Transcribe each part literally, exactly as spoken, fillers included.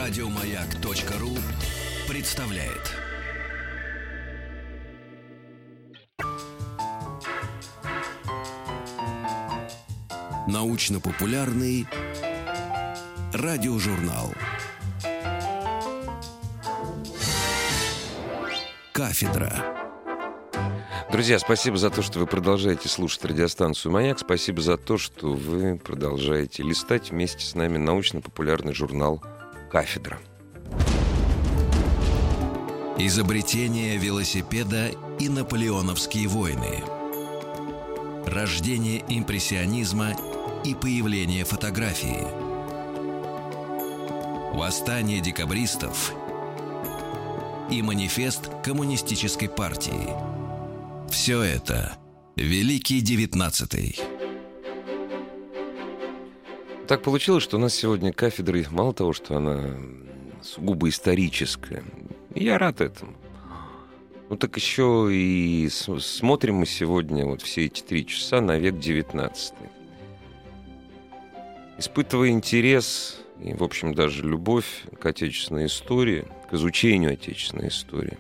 Радиомаяк.ру представляет. Научно-популярный радиожурнал. Кафедра. Друзья, спасибо за то, что вы продолжаете слушать радиостанцию «Маяк». Спасибо за то, что вы продолжаете листать вместе с нами научно-популярный журнал «Кафедра». Изобретение велосипеда и наполеоновские войны. Рождение импрессионизма и появление фотографии. Восстание декабристов и манифест коммунистической партии. Все это Великий девятнадцатый. Так получилось, что у нас сегодня кафедра, мало того, что она сугубо историческая, и я рад этому. Ну так еще и смотрим мы сегодня вот все эти три часа на век девятнадцатый. Испытывая интерес и, в общем, даже любовь к отечественной истории, к изучению отечественной истории,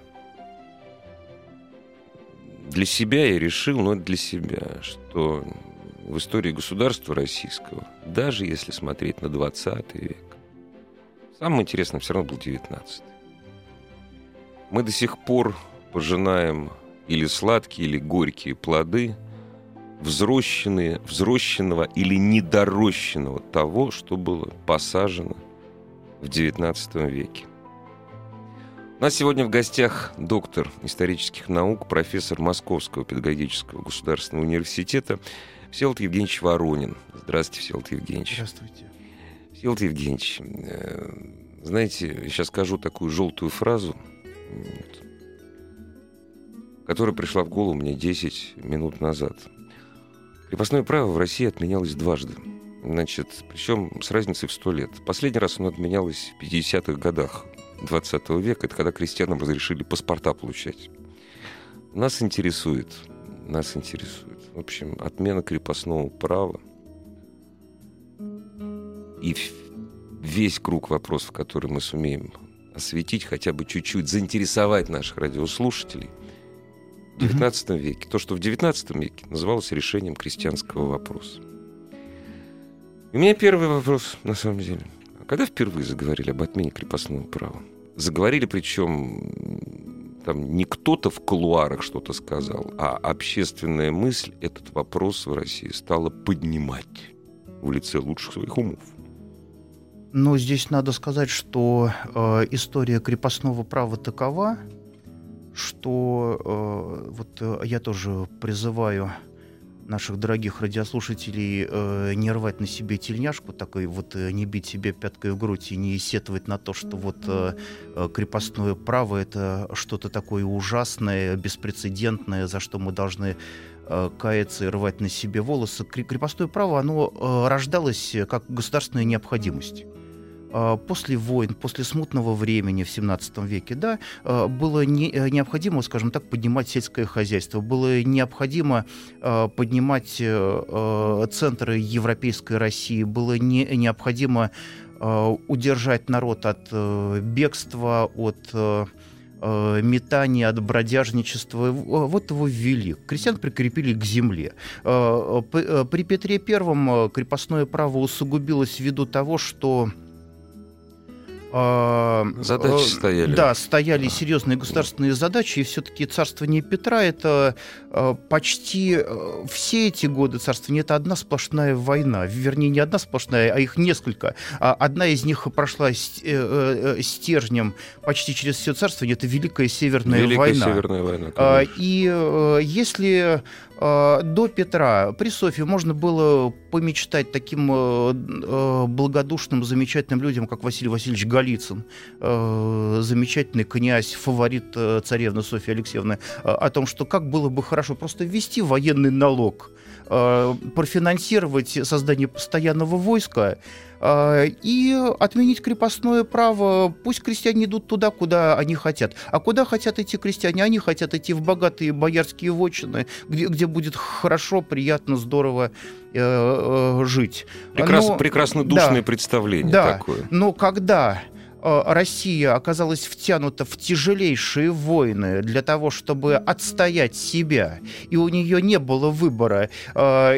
для себя я решил, но для себя, что в истории государства российского, даже если смотреть на двадцатый век, самым интересным все равно был девятнадцатый. Мы до сих пор пожинаем или сладкие, или горькие плоды взрощенные, взрощенного или недорощенного того, что было посажено в девятнадцатом веке. У нас сегодня в гостях доктор исторических наук, профессор Московского педагогического государственного университета Всеволод Евгеньевич Воронин. Здравствуйте, Всеволод Евгеньевич. Здравствуйте. Всеволод Евгеньевич, знаете, я сейчас скажу такую желтую фразу, которая пришла в голову мне десять минут назад. Крепостное право в России отменялось дважды. Значит, причем с разницей в сто лет. Последний раз оно отменялось в пятидесятых годах двадцатого века. Это когда крестьянам разрешили паспорта получать. Нас интересует, нас интересует, в общем, отмена крепостного права и весь круг вопросов, которые мы сумеем осветить, хотя бы чуть-чуть заинтересовать наших радиослушателей в девятнадцатом веке. То, что в девятнадцатом веке называлось решением крестьянского вопроса. И у меня первый вопрос, на самом деле. А когда впервые заговорили об отмене крепостного права? Заговорили, причем там не кто-то в кулуарах что-то сказал, а общественная мысль этот вопрос в России стала поднимать в лице лучших своих умов. Но здесь надо сказать, что э, история крепостного права такова, что э, вот э, я тоже призываю наших дорогих радиослушателей э, не рвать на себе тельняшку, такой вот э, не бить себе пяткой в грудь и не сетовать на то, что вот э, крепостное право — это что-то такое ужасное, беспрецедентное, за что мы должны э, каяться и рвать на себе волосы. Крепостное право, оно э, рождалось как государственная необходимость. После войн, после смутного времени в семнадцатом веке, да, было не, необходимо, скажем так, поднимать сельское хозяйство, было необходимо поднимать центры европейской России, было не, необходимо удержать народ от бегства, от метания, от бродяжничества. Вот его ввели. Крестьян прикрепили к земле. При Петре Первом крепостное право усугубилось ввиду того, что задачи стояли. Да, стояли серьезные государственные задачи, и все-таки царствование Петра — это почти все эти годы царствования — это одна сплошная война. Вернее, не одна сплошная, а их несколько. Одна из них прошла стержнем почти через все царствование — это Великая Северная Великая война. Северная война, конечно. И если до Петра при Софье можно было помечтать таким благодушным, замечательным людям, как Василий Васильевич Голицын, замечательный князь, фаворит царевны Софьи Алексеевны, о том, что как было бы хорошо просто ввести военный налог, профинансировать создание постоянного войска и отменить крепостное право. Пусть крестьяне идут туда, куда они хотят. А куда хотят идти крестьяне? Они хотят идти в богатые боярские вотчины, где, где будет хорошо, приятно, здорово э, э, жить. Прекрас, но, прекрасно душное да, представление да, такое. Но когда Россия оказалась втянута в тяжелейшие войны для того, чтобы отстоять себя, и у нее не было выбора. То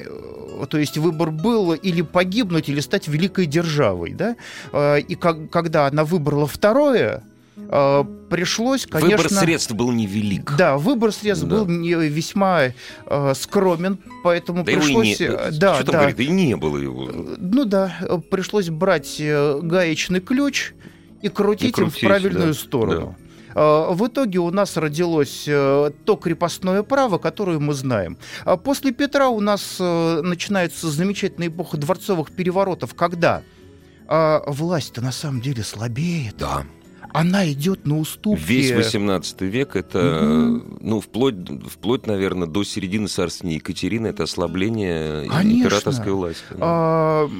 есть выбор был или погибнуть, или стать великой державой. Да? И когда она выбрала второе, пришлось, конечно... Выбор средств был невелик. Да, выбор средств да. был не, весьма э, скромен, поэтому да пришлось... Его не... Да, Что там да. говорит? И не было его. Ну да, пришлось брать гаечный ключ и крутить, и крутить им в правильную да. сторону. Да. В итоге у нас родилось то крепостное право, которое мы знаем. После Петра у нас начинается замечательная эпоха дворцовых переворотов, когда власть-то на самом деле слабеет. Да. Она идет на уступки. Весь восемнадцатый век это, mm-hmm. ну, вплоть, вплоть, наверное, до середины царствования Екатерины, это ослабление Конечно. императорской власти. Да. А,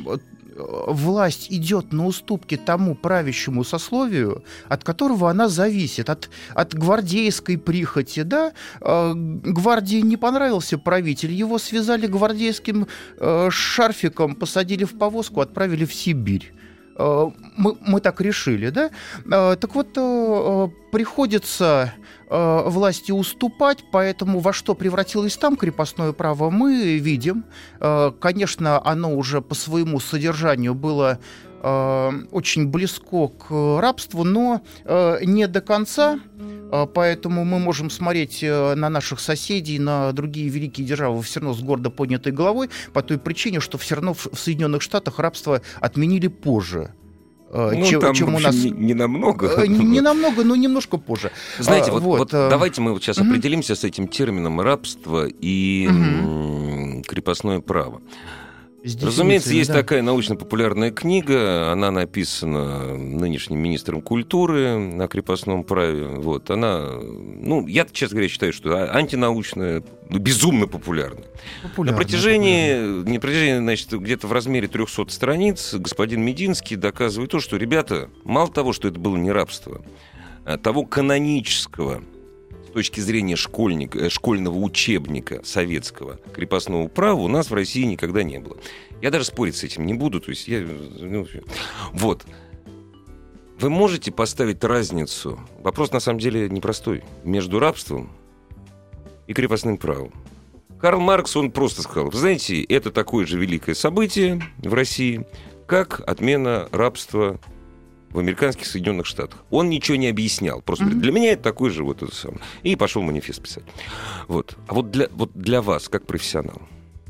власть идет на уступки тому правящему сословию, от которого она зависит, от, от гвардейской прихоти. Да? А, гвардии не понравился правитель, его связали гвардейским а, шарфиком, посадили в повозку, отправили в Сибирь. Мы, мы так решили, да? Так вот, приходится власти уступать, поэтому во что превратилось там крепостное право, мы видим. Конечно, оно уже по своему содержанию было очень близко к рабству, но не до конца, поэтому мы можем смотреть на наших соседей, на другие великие державы все равно с гордо поднятой головой, по той причине, что все равно в Соединенных Штатах рабство отменили позже. Ну, чем, там, чем у нас не, не намного. Не, не намного, но немножко позже. Знаете, а, вот, вот, вот давайте мы вот сейчас угу. определимся с этим термином рабство и угу. крепостное право. Разумеется, есть да. такая научно-популярная книга, она написана нынешним министром культуры на крепостном праве. Вот, она, ну, я, честно говоря, считаю, что антинаучная, ну, безумно популярная. популярная на протяжении, популярная. на протяжении, значит, где-то в размере трехсот страниц господин Мединский доказывает то, что, ребята, мало того, что это было не рабство, а того канонического, с точки зрения школьника, школьного учебника советского крепостного права у нас в России никогда не было. Я даже спорить с этим не буду. То есть я, ну, вот. Вы можете поставить разницу, вопрос на самом деле непростой, между рабством и крепостным правом. Карл Маркс, он просто сказал, вы знаете, это такое же великое событие в России, как отмена рабства в американских Соединенных Штатах. Он ничего не объяснял. Просто mm-hmm. говорит, для меня это такой же вот это самое. И пошел манифест писать. Вот. А вот для, вот для вас, как профессионал?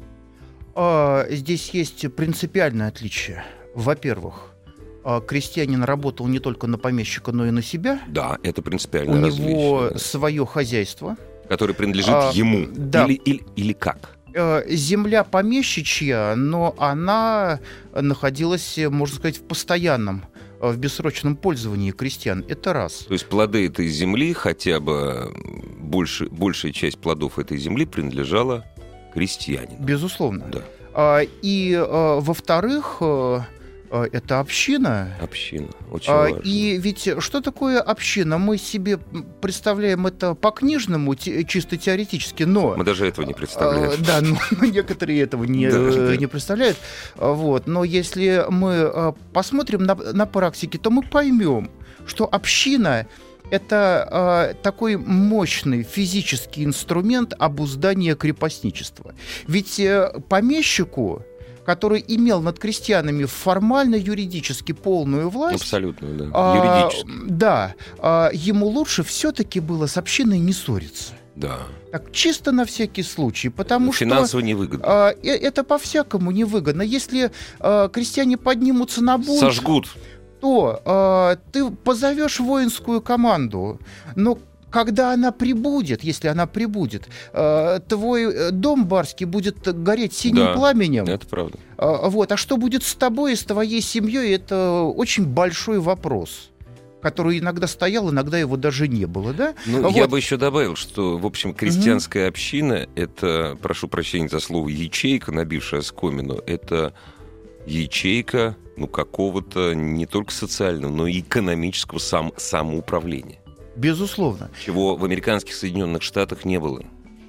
А, здесь есть принципиальное отличие. Во-первых, крестьянин работал не только на помещика, но и на себя. Да, это принципиальное У различие. У него да. свое хозяйство. Которое принадлежит а, ему. Да. Или, или, или как? Земля помещичья, но она находилась, можно сказать, в постоянном, в бессрочном пользовании крестьян. Это раз. То есть плоды этой земли, хотя бы больше, большая часть плодов этой земли принадлежала крестьянину. Безусловно. Да. И, во-вторых, это община. Община, очень важно. И ведь что такое община? Мы себе представляем это по-книжному, чисто теоретически, но... Мы даже этого не представляем. Да, но некоторые этого не, не представляют. Вот. Но если мы посмотрим на, на практике, то мы поймем, что община — это э, такой мощный физический инструмент обуздания крепостничества. Ведь э, помещику, который имел над крестьянами формально юридически полную власть. Абсолютно, да. А, юридически. Да. А, ему лучше все-таки было с общиной не ссориться. Да. Так, чисто на всякий случай, потому Финансово что... невыгодно. А, это по-всякому невыгодно. Если а, крестьяне поднимутся на бунт... Сожгут. То а, ты позовешь воинскую команду, но когда она прибудет, если она прибудет, э, твой дом барский будет гореть синим да, пламенем. Это правда. Э, вот. А что будет с тобой и с твоей семьей, это очень большой вопрос, который иногда стоял, иногда его даже не было. Да? Ну, вот. Я бы еще добавил, что, в общем, крестьянская mm-hmm. община, это, прошу прощения за слово, ячейка, набившая оскомину, это ячейка ну, какого-то не только социального, но и экономического сам, самоуправления. Безусловно. Чего в американских Соединенных Штатах не было.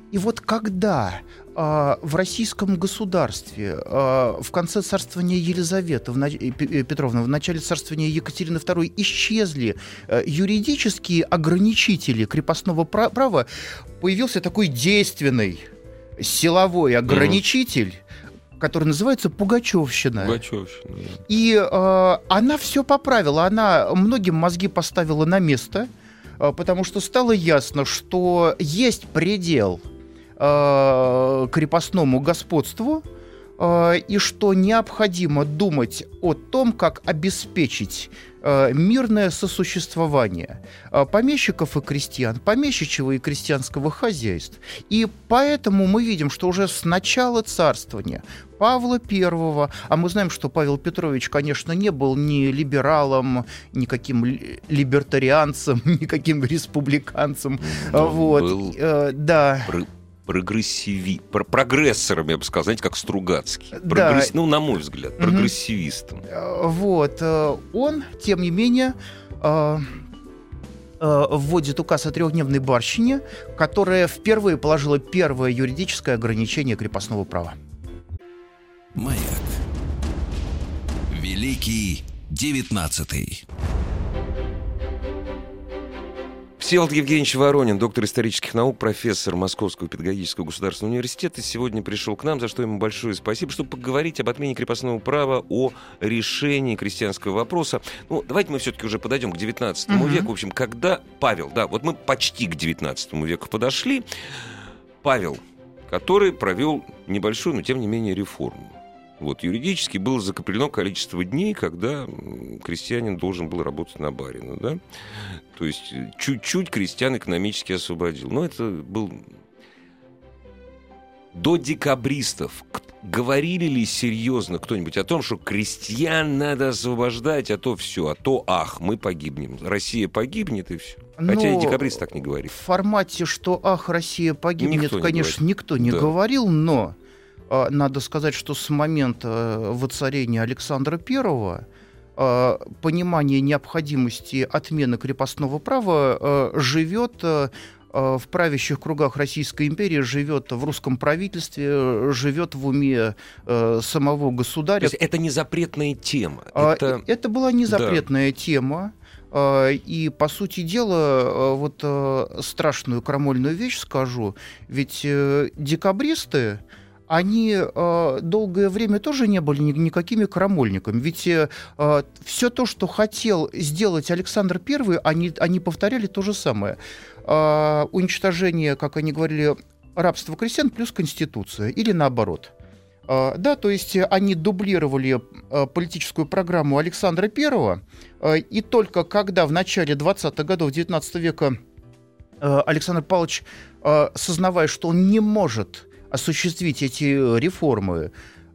И вот когда э, в российском государстве э, в конце царствования Елизаветы в на... Петровны, в начале царствования Екатерины второй исчезли э, юридические ограничители крепостного права, появился такой действенный силовой ограничитель, mm-hmm. который называется Пугачевщина. Пугачевщина, да. И э, она все поправила, она многим мозги поставила на место, э, потому что стало ясно, что есть предел крепостному господству, и что необходимо думать о том, как обеспечить мирное сосуществование помещиков и крестьян, помещичьего и крестьянского хозяйств. И поэтому мы видим, что уже с начала царствования Павла Первого, а мы знаем, что Павел Петрович, конечно, не был ни либералом, никаким либертарианцем, никаким республиканцем. Но вот. Был... Да. Прогрессиви... прогрессором, я бы сказал, знаете, как Стругацкий. Да. Прогресс... Ну, на мой взгляд, прогрессивистом. Вот. Он, тем не менее, вводит указ о трехдневной барщине, которая впервые положила первое юридическое ограничение крепостного права. Маяк. Великий девятнадцатый. Всеволод Евгеньевич Воронин, доктор исторических наук, профессор Московского педагогического государственного университета, сегодня пришел к нам, за что ему большое спасибо, чтобы поговорить об отмене крепостного права, о решении крестьянского вопроса. Ну, давайте мы все-таки уже подойдем к девятнадцатому mm-hmm. веку. В общем, когда Павел, да, вот мы почти к девятнадцатому веку подошли, Павел, который провел небольшую, но тем не менее реформу. Вот, юридически было закреплено количество дней, когда крестьянин должен был работать на барина, да? То есть чуть-чуть крестьян экономически освободил. Но это был... До декабристов говорили ли серьезно кто-нибудь о том, что крестьян надо освобождать, а то все, а то ах, мы погибнем. Россия погибнет, и все. Хотя но и декабристы так не говорили. В формате, что ах, Россия погибнет, никто конечно, не никто не да. говорил, но... Надо сказать, что с момента воцарения Александра Первого понимание необходимости отмены крепостного права живет в правящих кругах Российской империи, живет в русском правительстве, живет в уме самого государя. То есть это не запретная тема? Это, это была не запретная да. тема. И, по сути дела, вот страшную крамольную вещь скажу, ведь декабристы, они э, долгое время тоже не были ни, никакими крамольниками. Ведь э, все то, что хотел сделать Александр Первый, они, они повторяли то же самое. Э, уничтожение, как они говорили, рабства крестьян плюс Конституция. Или наоборот. Э, да, то есть они дублировали э, политическую программу Александра Первого. Э, и только когда в начале двадцатых годов девятнадцатого века э, Александр Павлович, э, сознавая, что он не может осуществить эти реформы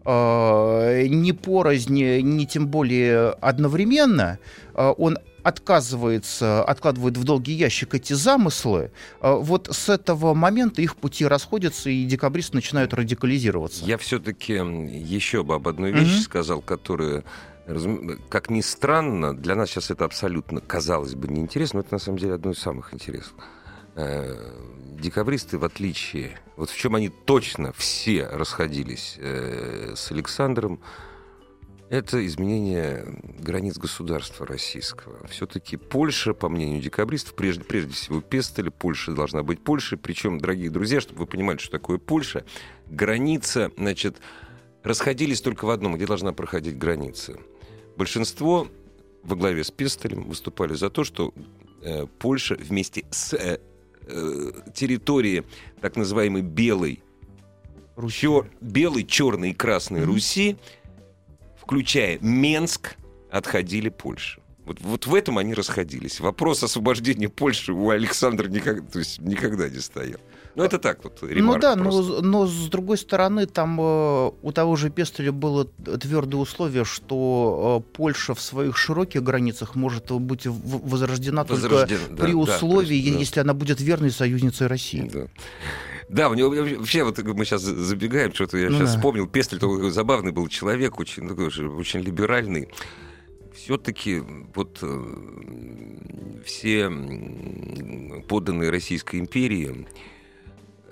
э, ни порознь, ни тем более одновременно, э, он отказывается, откладывает в долгий ящик эти замыслы. Э, вот с этого момента их пути расходятся, и декабристы начинают радикализироваться. Я все-таки еще бы об одной вещи mm-hmm. сказал, которая, как ни странно, для нас сейчас это абсолютно, казалось бы, неинтересно, но это на самом деле одно из самых интересных. Декабристы, в отличие... Вот в чем они точно все расходились э, с Александром, это изменение границ государства российского. Все-таки Польша, по мнению декабристов, прежде, прежде всего Пестель, Польша должна быть Польшей. Причем, дорогие друзья, чтобы вы понимали, что такое Польша, граница, значит, расходились только в одном, где должна проходить граница. Большинство во главе с Пестелем выступали за то, что э, Польша вместе с... Э, территории так называемой белой, чер, белой, черной и красной mm-hmm. Руси, включая Менск, отходили Польше. Вот, вот в этом они расходились. Вопрос освобождения Польши у Александра никогда, то есть, никогда не стоял. Ну, это так вот, ремарк. Ну да, но, но с другой стороны, там э, у того же Пестеля было твердое условие, что э, Польша в своих широких границах может быть в- возрождена, возрождена только да, при условии, да, да. если она будет верной союзницей России. Да. Да, у него вообще, вот мы сейчас забегаем, что-то я ну, сейчас да. вспомнил, Пестель такой забавный был человек, очень, такой, очень либеральный. Все-таки вот э, все подданные Российской империи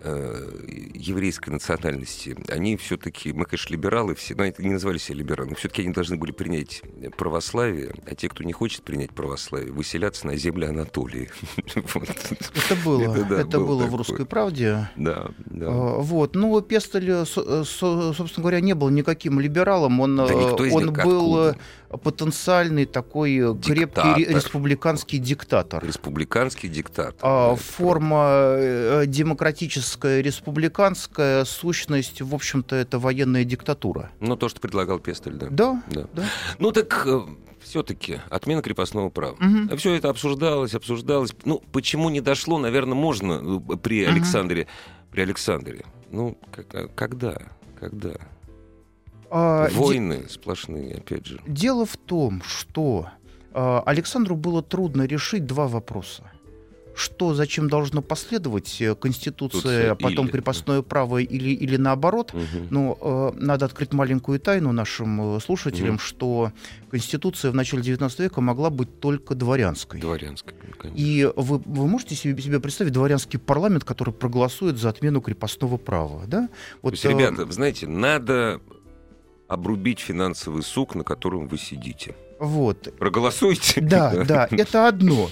еврейской национальности, они все-таки, мы, конечно, либералы, все, но они не называли себя либералами, но все-таки они должны были принять православие, а те, кто не хочет принять православие, выселяться на земле Анатолии. Это было, это было в «Русской правде». Да, да. Вот, но Пестель, собственно говоря, не был никаким либералом, он был потенциальный такой крепкий республиканский диктатор. Республиканский диктатор. Форма демократическая, республиканская, сущность, в общем-то, это военная диктатура. Ну, то, что предлагал Пестель, да. Да, да. да. Ну, так все-таки отмена крепостного права. Угу. Все это обсуждалось, обсуждалось. Ну, почему не дошло, наверное, можно при Александре. Угу. При Александре. Ну, как, когда? Когда? А, Войны де... сплошные, опять же. Дело в том, что а, Александру было трудно решить два вопроса. Что, зачем должно последовать, Конституция, а потом или... крепостное право или, или наоборот. Угу. Но э, надо открыть маленькую тайну нашим слушателям, угу. что Конституция в начале девятнадцатого века могла быть только дворянской. Дворянской, конечно. И вы, вы можете себе, себе представить дворянский парламент, который проголосует за отмену крепостного права? Да? Вот, То есть, ребята, вы знаете, надо обрубить финансовый сук, на котором вы сидите. Вот. Проголосуйте. Да, да, это одно.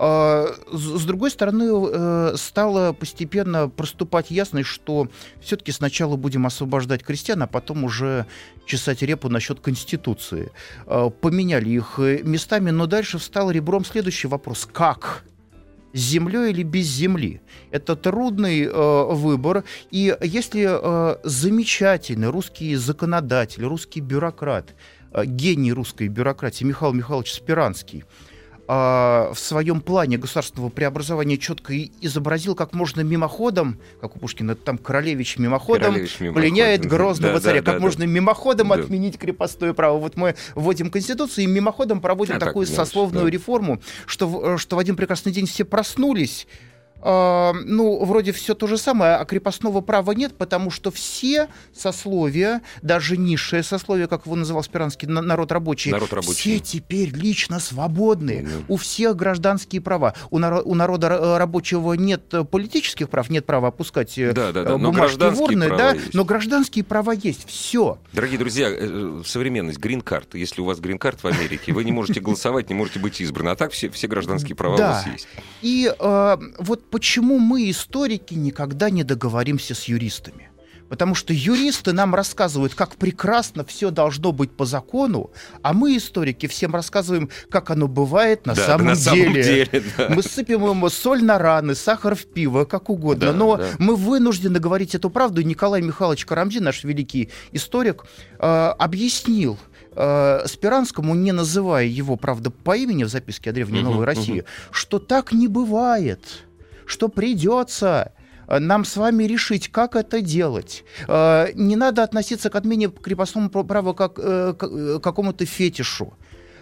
С другой стороны, стало постепенно проступать ясность, что все-таки сначала будем освобождать крестьян, а потом уже чесать репу насчет Конституции. Поменяли их местами, но дальше встал ребром следующий вопрос. Как? С землей или без земли? Это трудный э, выбор. И если э, замечательный русский законодатель, русский бюрократ, э, гений русской бюрократии Михаил Михайлович Спиранский в своем плане государственного преобразования четко изобразил, как можно мимоходом, как у Пушкина, там Королевич мимоходом, Королевич мимоходом пленяет грозного да, царя, да, как да, можно да. мимоходом да. отменить крепостное право. Вот мы вводим Конституцию и мимоходом проводим а такую так, сословную да. реформу, что, что в один прекрасный день все проснулись. Uh, ну, вроде все то же самое, а крепостного права нет, потому что все сословия, даже низшее сословие, как его называл Спиранский, народ рабочий, народ рабочий. все теперь лично свободны. Mm-hmm. У всех гражданские права. У, наро- у народа рабочего нет политических прав, нет права опускать да, да, да. бумажки в урны, да, но гражданские права есть. Все. Дорогие друзья, современность, грин-карт. Если у вас грин-карт в Америке, вы не можете голосовать, не можете быть избраны. А так все, все гражданские права у вас есть. И uh, вот почему мы, историки, никогда не договоримся с юристами? Потому что юристы нам рассказывают, как прекрасно все должно быть по закону, а мы, историки, всем рассказываем, как оно бывает на да, самом на деле. Самом деле да. Мы сыпем ему соль на раны, сахар в пиво, как угодно. Да, Но да. мы вынуждены говорить эту правду. И Николай Михайлович Карамзин, наш великий историк, э, объяснил э, Спиранскому, не называя его, правда, по имени в записке о Древней Новой России, что так не бывает, что придется нам с вами решить, как это делать. Не надо относиться к отмене крепостного права как к какому-то фетишу.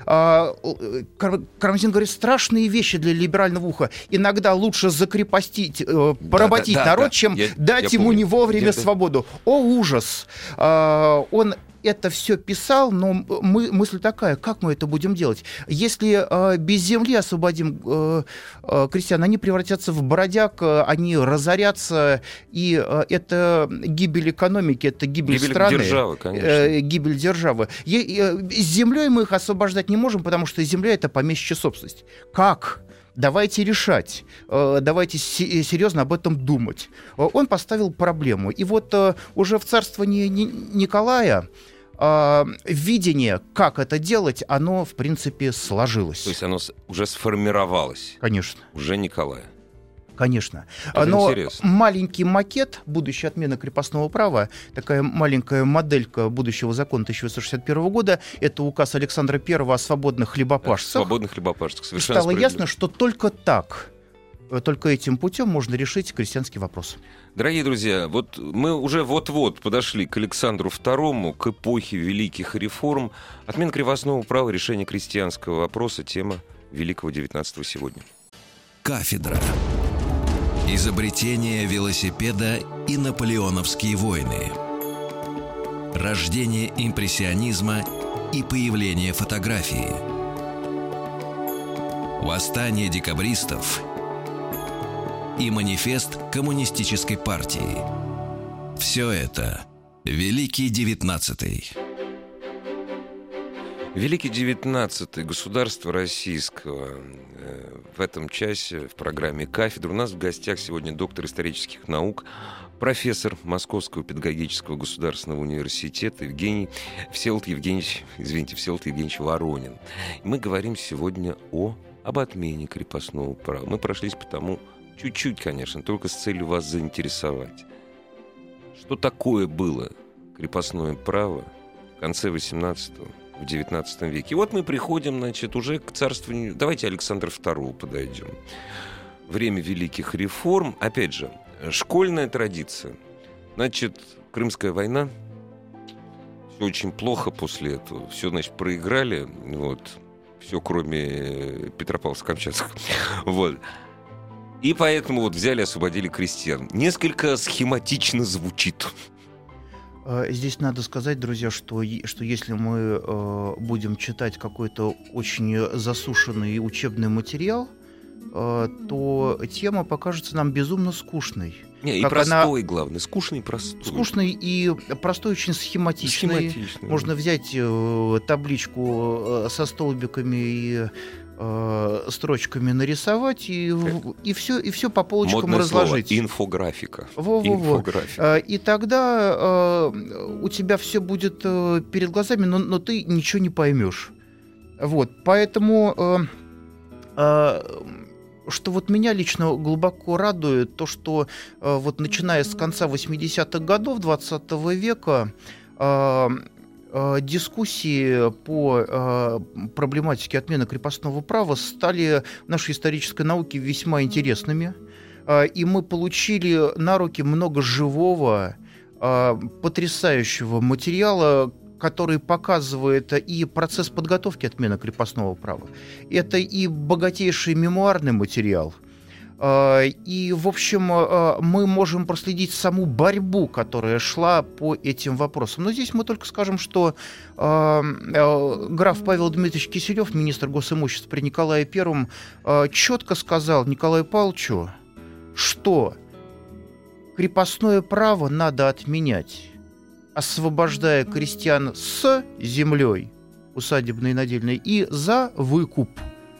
Карамзин говорит, страшные вещи для либерального уха. Иногда лучше закрепостить, поработить да, да, народ, да, чем я, дать я ему помню. не вовремя я, свободу. О, ужас! Он это все писал, но мы, мысль такая, как мы это будем делать? Если э, без земли освободим э, э, крестьян, они превратятся в бродяг, э, они разорятся, и э, это гибель экономики, это гибель, гибель страны. Державы, конечно. Э, гибель державы. Е, э, с землей мы их освобождать не можем, потому что земля — это помещичья собственность. Как? Давайте решать, давайте серьезно об этом думать. Он поставил проблему. И вот уже в царствовании Николая видение, как это делать, оно, в принципе, сложилось. То есть оно уже сформировалось? Конечно. Уже Николая? Конечно. Это Но интересно. Маленький макет будущей отмены крепостного права, такая маленькая моделька будущего закона тысяча девятьсот шестьдесят первого года, это указ Александра Первого о свободных хлебопашцах. Свободных хлебопашцах, совершенно стало ясно, что только так, только этим путем можно решить крестьянский вопрос. Дорогие друзья, вот мы уже вот-вот подошли к Александру Второму, к эпохе великих реформ. Отмена крепостного права, решение крестьянского вопроса, тема великого девятнадцатого сегодня. Кафедра. Изобретение велосипеда и наполеоновские войны. Рождение импрессионизма и появление фотографии. Восстание декабристов и манифест Коммунистической партии. Все это Великий девятнадцатый. Великий девятнадцатый, государство российского. В этом часе в программе «Кафедра» у нас в гостях сегодня доктор исторических наук, профессор Московского педагогического государственного университета Евгений Всеволод Евгеньевич, извините, Всеволод Евгеньевич Воронин. И мы говорим сегодня о, об отмене крепостного права. Мы прошлись по тому чуть-чуть, конечно, только с целью вас заинтересовать. Что такое было крепостное право в конце восемнадцатого, в девятнадцатом веке? И вот мы приходим, значит, уже к царствованию... Давайте Александра второго подойдем. Время великих реформ. Опять же, школьная традиция. Значит, Крымская война. Все очень плохо после этого. Все, значит, проиграли. Вот. Все, кроме Петропавловска-Камчатского. Вот. И поэтому вот взяли, освободили крестьян. Несколько схематично звучит. Здесь надо сказать, друзья, что, что если мы э, будем читать какой-то очень засушенный учебный материал, э, то тема покажется нам безумно скучной. Не, и как простой, она... главное. Скучный и простой. Скучный и простой, очень схематичный. схематичный Можно да. взять э, табличку э, со столбиками и э, строчками нарисовать, и, и, все, и все по полочкам модное разложить. Слово. Инфографика. Во-во-во. Инфографика. И тогда э, у тебя все будет э, перед глазами, но, но ты ничего не поймешь. Вот. Поэтому... Э, э, что вот меня лично глубоко радует, то, что э, вот начиная с конца восьмидесятых годов двадцатого века э, э, дискуссии по э, проблематике отмены крепостного права стали в нашей исторической науке весьма интересными. Э, и мы получили на руки много живого, э, потрясающего материала, который показывает и процесс подготовки отмены крепостного права. Это и богатейший мемуарный материал. И, в общем, мы можем проследить саму борьбу, которая шла по этим вопросам. Но здесь мы только скажем, что граф Павел Дмитриевич Киселев, министр госимущества при Николае Первом, четко сказал Николаю Павловичу, что крепостное право надо отменять, освобождая крестьян с землей, усадебной и надельной, и за выкуп.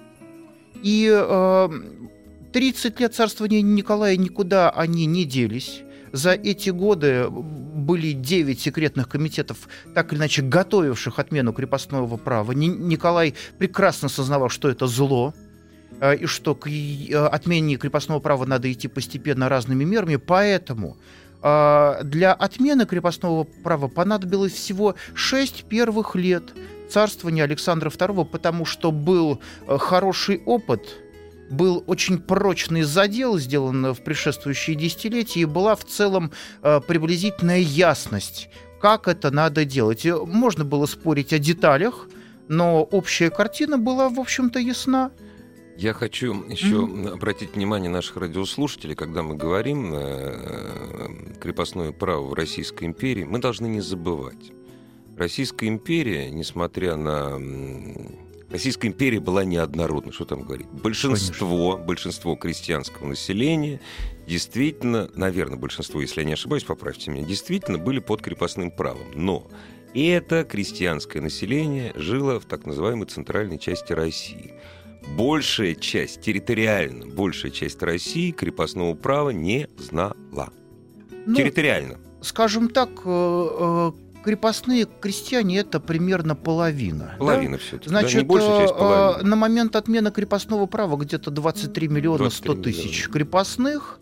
И э, тридцать лет царствования Николая никуда они не делись. За эти годы были девять секретных комитетов, так или иначе готовивших отмену крепостного права. Николай прекрасно сознавал, что это зло, э, и что к отмене крепостного права надо идти постепенно разными мерами, поэтому... Для отмены крепостного права понадобилось всего шесть первых лет царствования Александра Второго, потому что был хороший опыт, был очень прочный задел, сделан в предшествующие десятилетия, и была в целом приблизительная ясность, как это надо делать. И можно было спорить о деталях, но общая картина была, в общем-то, ясна. Я хочу еще mm-hmm. обратить внимание наших радиослушателей, когда мы говорим э, крепостное право в Российской империи, мы должны не забывать. Российская империя, несмотря на... Российская империя была неоднородна, что там говорить. Большинство, большинство крестьянского населения действительно, наверное, большинство, если я не ошибаюсь, поправьте меня, действительно были под крепостным правом. Но это крестьянское население жило в так называемой центральной части России. Большая часть, территориально большая часть России крепостного права не знала. Ну, территориально. Скажем так, крепостные крестьяне — это примерно половина. Половина да? все-таки. Значит, да, не большая часть, половина. На момент отмены крепостного права где-то двадцать три миллиона сто тысяч крепостных,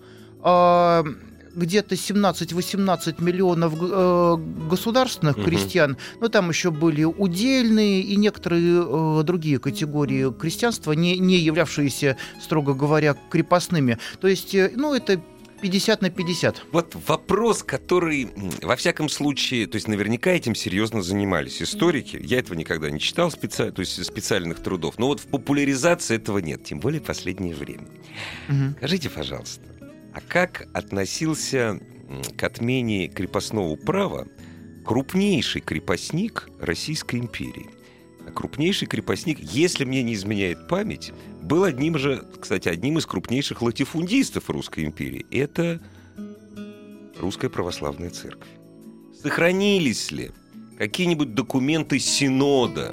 где-то семнадцать-восемнадцать миллионов э, государственных угу. крестьян, но там еще были удельные и некоторые э, другие категории крестьянства, не, не являвшиеся, строго говоря, крепостными. То есть, э, ну, это пятьдесят на пятьдесят. Вот вопрос, который, во всяком случае, то есть наверняка этим серьезно занимались историки. Я этого никогда не читал, специ... то есть специальных трудов. Но вот в популяризации этого нет, тем более в последнее время. Угу. Скажите, пожалуйста, а как относился к отмене крепостного права крупнейший крепостник Российской империи? А крупнейший крепостник, если мне не изменяет память, был одним же, кстати, одним из крупнейших латифундистов Русской империи. Это Русская Православная Церковь. Сохранились ли какие-нибудь документы Синода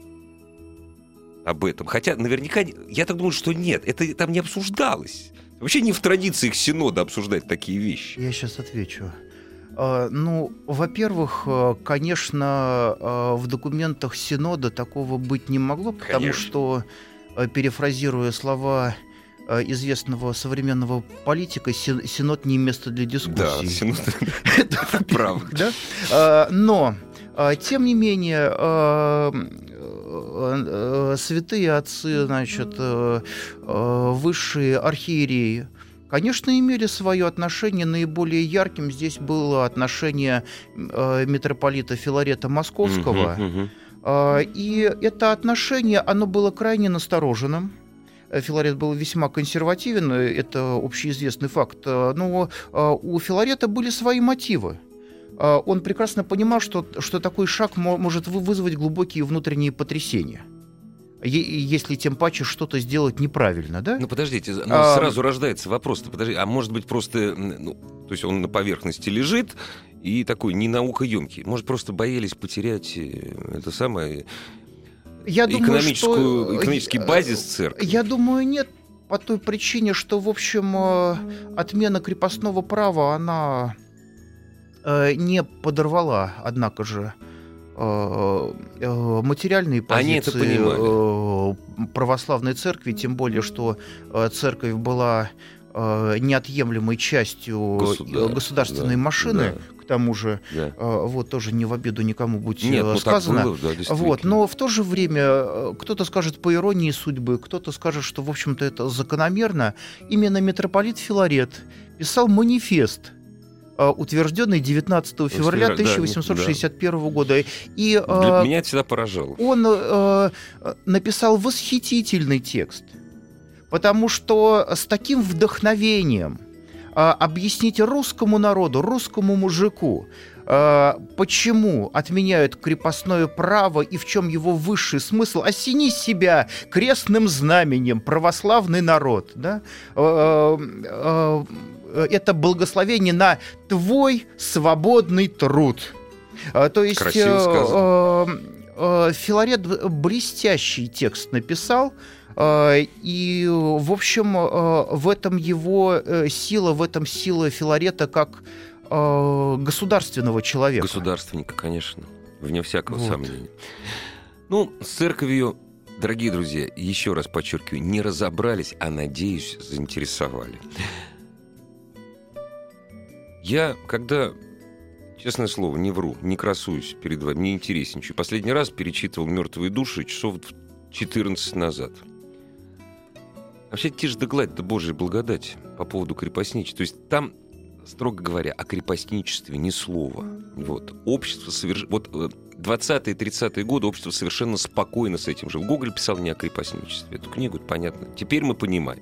об этом? Хотя наверняка, я так думаю, что нет. Это там не обсуждалось. Вообще не в традициях Синода обсуждать такие вещи. Я сейчас отвечу. Ну, во-первых, конечно, в документах Синода такого быть не могло, потому конечно. Что, перефразируя слова известного современного политика, Синод не место для дискуссий. Да, Синод — это правда. Но, тем не менее, святые отцы, значит, высшие архиереи, конечно, имели свое отношение. Наиболее ярким здесь было отношение э, митрополита Филарета Московского. Uh-huh, uh-huh. Э, и это отношение, оно было крайне настороженным. Филарет был весьма консервативен, это общеизвестный факт. Но э, у Филарета были свои мотивы. Э, он прекрасно понимал, что, что такой шаг мо- может вызвать глубокие внутренние потрясения. Если тем паче что-то сделать неправильно, да? Ну, подождите, ну, а... сразу рождается вопрос-то, подожди, а может быть просто, ну, то есть он на поверхности лежит и такой не наукоемкий, может просто боялись потерять это самое я экономическую, думаю, что... экономический базис церкви? Я думаю, нет, по той причине, что, в общем, отмена крепостного права, она не подорвала, однако же, материальные позиции православной церкви, тем более, что церковь была неотъемлемой частью Государ... государственной да, машины, да. К тому же, да. Вот тоже не в обиду никому будь Нет, сказано. Ну, было, да, вот, но в то же время кто-то скажет по иронии судьбы, кто-то скажет, что, в общем-то, это закономерно. Именно митрополит Филарет писал манифест, утвержденный девятнадцатого февраля тысяча восемьсот шестьдесят первого года. И, Для э, меня это всегда поражало. Он э, написал восхитительный текст, потому что с таким вдохновением э, объяснить русскому народу, русскому мужику, э, почему отменяют крепостное право и в чем его высший смысл, осени себя крестным знаменем, православный народ, да? э, э, это благословение на твой свободный труд. То есть Красиво сказано. Филарет блестящий текст написал, и, в общем, в этом его сила, в этом сила Филарета как государственного человека. Государственника, конечно, вне всякого вот. сомнения. Ну, с церковью, дорогие друзья, еще раз подчеркиваю, не разобрались, а, надеюсь, заинтересовали. Я, когда, честное слово, не вру, не красуюсь перед вами, не интересничаю. Последний раз перечитывал «Мертвые души» часов четырнадцать назад. Вообще, тишь да гладь, да Божья благодать по поводу крепостничества. То есть там, строго говоря, о крепостничестве ни слова. Вот. Общество соверш... вот двадцатые тридцатые годы общество совершенно спокойно с этим жило. Гоголь писал не о крепостничестве. Эту книгу, понятно. Теперь мы понимаем.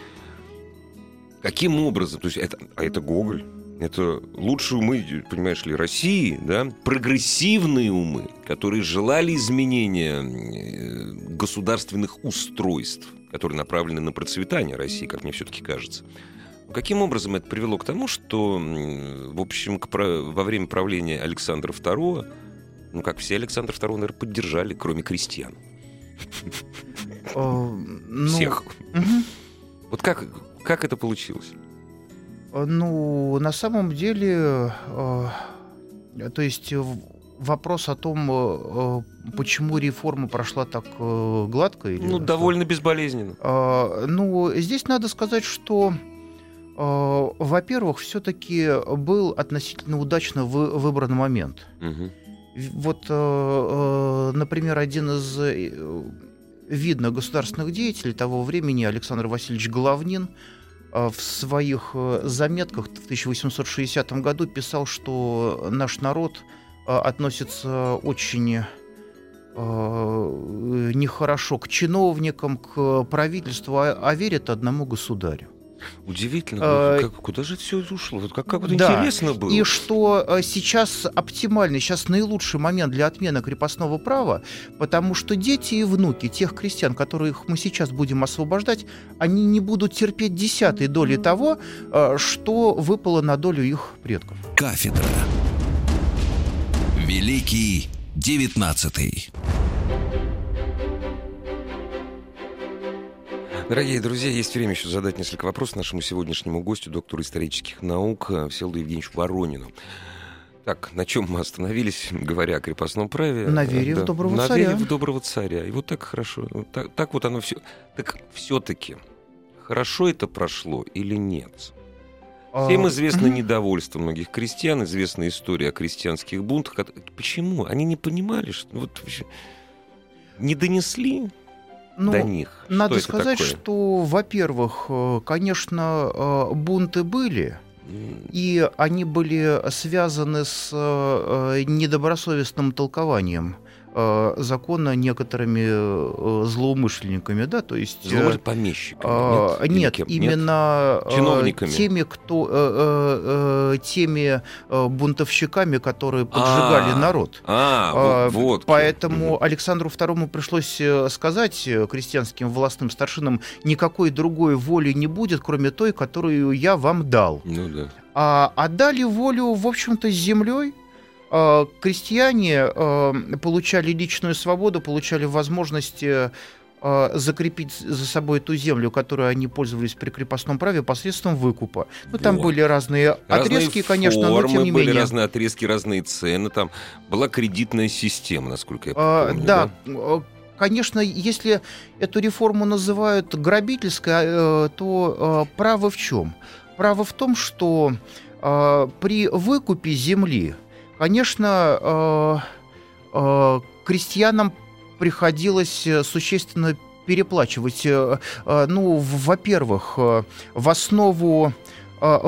Каким образом? То есть это... А это Гоголь. Это лучшие умы, понимаешь ли, России, да, прогрессивные умы, которые желали изменения государственных устройств, которые направлены на процветание России, как мне все-таки кажется. Каким образом это привело к тому, что, в общем, к, во время правления Александра второго, ну, как все Александра второго, наверное, поддержали, кроме крестьян. Всех. Вот как, как это получилось? Ну, на самом деле, э, то есть вопрос о том, э, почему реформа прошла так э, гладко. Или ну, довольно что? безболезненно. Э, ну, здесь надо сказать, что, э, во-первых, все-таки был относительно удачно вы, выбран момент. Угу. Вот, э, например, один из э, видных государственных деятелей того времени, Александр Васильевич Головнин, в своих заметках в тысяча восемьсот шестидесятом году писал, что наш народ относится очень нехорошо к чиновникам, к правительству, а верит одному государю. Удивительно, Э, как, куда же все ушло? Вот как, как вот Да. интересно было. И что э, сейчас оптимальный, сейчас наилучший момент для отмены крепостного права, потому что дети и внуки тех крестьян, которых мы сейчас будем освобождать, они не будут терпеть десятой доли того, э, что выпало на долю их предков. Кафедра. Великий девятнадцатый. Дорогие друзья, есть время еще задать несколько вопросов нашему сегодняшнему гостю, доктору исторических наук Всеволоду Евгеньевичу Воронину. Так, на чем мы остановились, говоря о крепостном праве? На вере в доброго на царя. вере в доброго царя. И вот так хорошо. Так, так вот оно все. Так все-таки хорошо это прошло или нет? Всем А, известно мгм. недовольство многих крестьян, известна история о крестьянских бунтах. Почему? Они не понимали, что вот вообще не донесли Ну, до них. надо что это сказать, такое? что, во-первых, э, конечно, э, бунты были, М, и они были связаны с э, недобросовестным толкованием э, закона некоторыми э, злоумышленниками, да, то есть... э, Злоумышленниками, помещиками. а, Или Нет, кем? именно э, Чиновниками? теми, кто, э, э, э, теми э, бунтовщиками, которые поджигали А, народ. А, А, вот, вот. Поэтому Мгм. Александру второму пришлось э, сказать э, крестьянским властным старшинам: никакой другой воли не будет, кроме той, которую я вам дал. Ну да. А, а дали волю, в общем-то, с землей. А, крестьяне а, получали личную свободу, получали возможность э, а, закрепить за собой ту землю, которой они пользовались при крепостном праве, посредством выкупа. Ну, там Вот. были разные отрезки, Разные конечно, но формы тем не были, менее. разные отрезки, разные цены. Там была кредитная система, насколько я А, помню. да, э, конечно, если эту реформу называют грабительской, э, то э, право в чем? Право в том, что э, при выкупе земли, конечно, э, э, крестьянам приходилось э, существенно переплачивать. Э, э, Ну, в- во-первых, э, в основу э,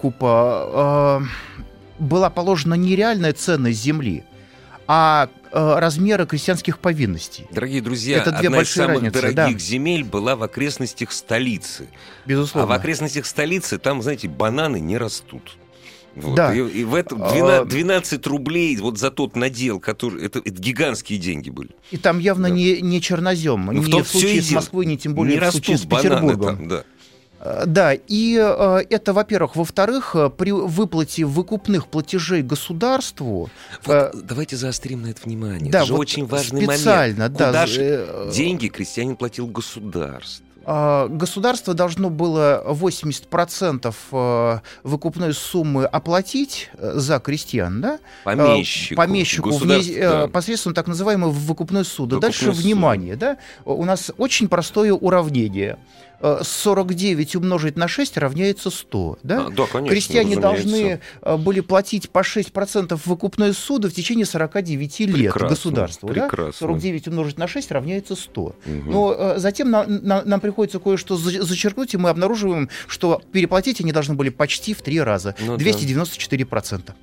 выкупа э, была положена не реальная ценность земли, а э, размеры крестьянских повинностей. Дорогие друзья, Это две одна из большие самых разницы, дорогих да. земель была в окрестностях столицы. Безусловно. А в окрестностях столицы там, знаете, бананы не растут. Вот. Да. И, и в этом А, двенадцать, двенадцать рублей вот за тот надел, который... Это, это гигантские деньги были. И там явно Да. не, не чернозем, Ну, в ни том в всё и случае с дело. Москвой, ни тем более не в случае растут с бананы Петербургом. там, да. Э, Да, и э, это, во-первых. Во-вторых, э, при выплате выкупных платежей государству... Вот э, давайте заострим на это внимание. да, это же вот очень важный специально, момент. да, Куда з- же э, деньги крестьянин платил государству? А, Государство должно было восемьдесят процентов э, выкупной суммы оплатить э, за крестьян, да? Помещику. Э, Помещику Государство, вне- э, да. посредством так называемого выкупной суда. Выкупной Дальше суд. внимание, да? У нас очень простое уравнение. Э, сорок девять умножить на шесть равняется сто, да? А, да, конечно, Крестьяне разумеется. должны э, были платить по шесть процентов выкупной суды в течение сорок девять лет Прекрасно, государству. Да? прекрасно. сорок девять умножить на шесть равняется сто. Мгм. Но э, затем на- на- нам приходится кое-что за- зачеркнуть, и мы обнаруживаем, что переплатить они должны были почти в три раза. Ну да. двести девяносто четыре процента.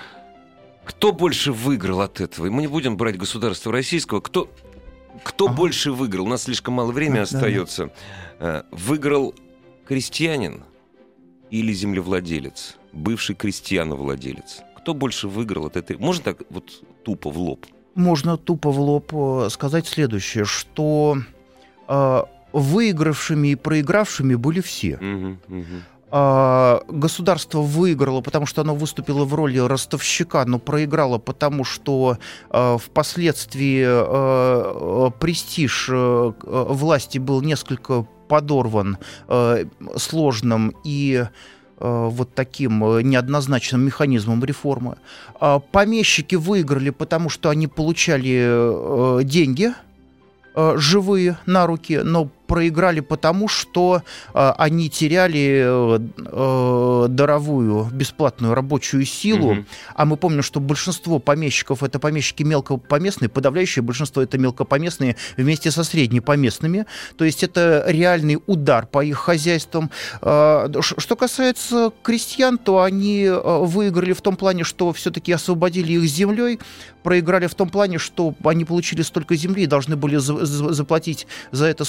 Кто больше выиграл от этого? И мы не будем брать государство российского. Кто, кто Ага. больше выиграл? У нас слишком мало времени Да, остается. Э, Выиграл крестьянин или землевладелец? Бывший крестьяновладелец? Кто больше выиграл от этой? Можно так вот тупо в лоб? Можно тупо в лоб э, сказать следующее, что э, выигравшими и проигравшими были все. Мгм, мгм. А, Государство выиграло, потому что оно выступило в роли ростовщика, но проиграло, потому что э, впоследствии э, э, престиж э, э, власти был несколько подорван э, сложным и э, вот таким э, неоднозначным механизмом реформы. А помещики выиграли, потому что они получали э, деньги э, живые на руки, но проиграли потому, что э, они теряли э, э, даровую бесплатную рабочую силу, Мгм. а мы помним, что большинство помещиков — это помещики мелкопоместные, подавляющее большинство — это мелкопоместные вместе со среднепоместными, то есть это реальный удар по их хозяйствам. Э, ш- Что касается крестьян, то они э, выиграли в том плане, что все-таки освободили их землей, проиграли в том плане, что они получили столько земли и должны были за- за- заплатить за это столько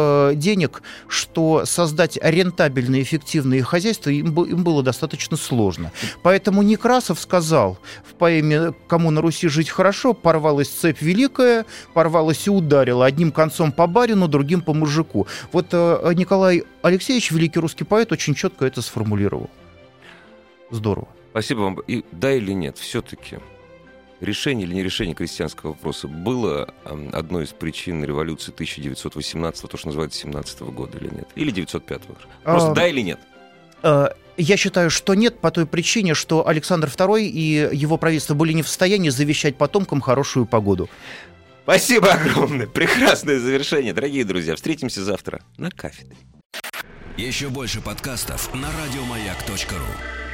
э, денег, что создать рентабельные, эффективные хозяйства им, им было достаточно сложно. Поэтому Некрасов сказал в поэме «Кому на Руси жить хорошо», порвалась цепь великая, порвалась и ударила, одним концом по барину, другим по мужику. Вот э, Николай Алексеевич, великий русский поэт, очень четко это сформулировал. Здорово. Спасибо вам. И да или нет, все-таки решение или не решение крестьянского вопроса было одной из причин революции тысяча девятьсот восемнадцатого, то, что называется, семнадцатого года или нет? Или девятьсот пятого? Просто а, да или нет? А, я считаю, что нет, по той причине, что Александр второй и его правительство были не в состоянии завещать потомкам хорошую погоду. Спасибо огромное. Прекрасное завершение. Дорогие друзья, встретимся завтра на кафедре. Еще больше подкастов на радиомаяк точка ру.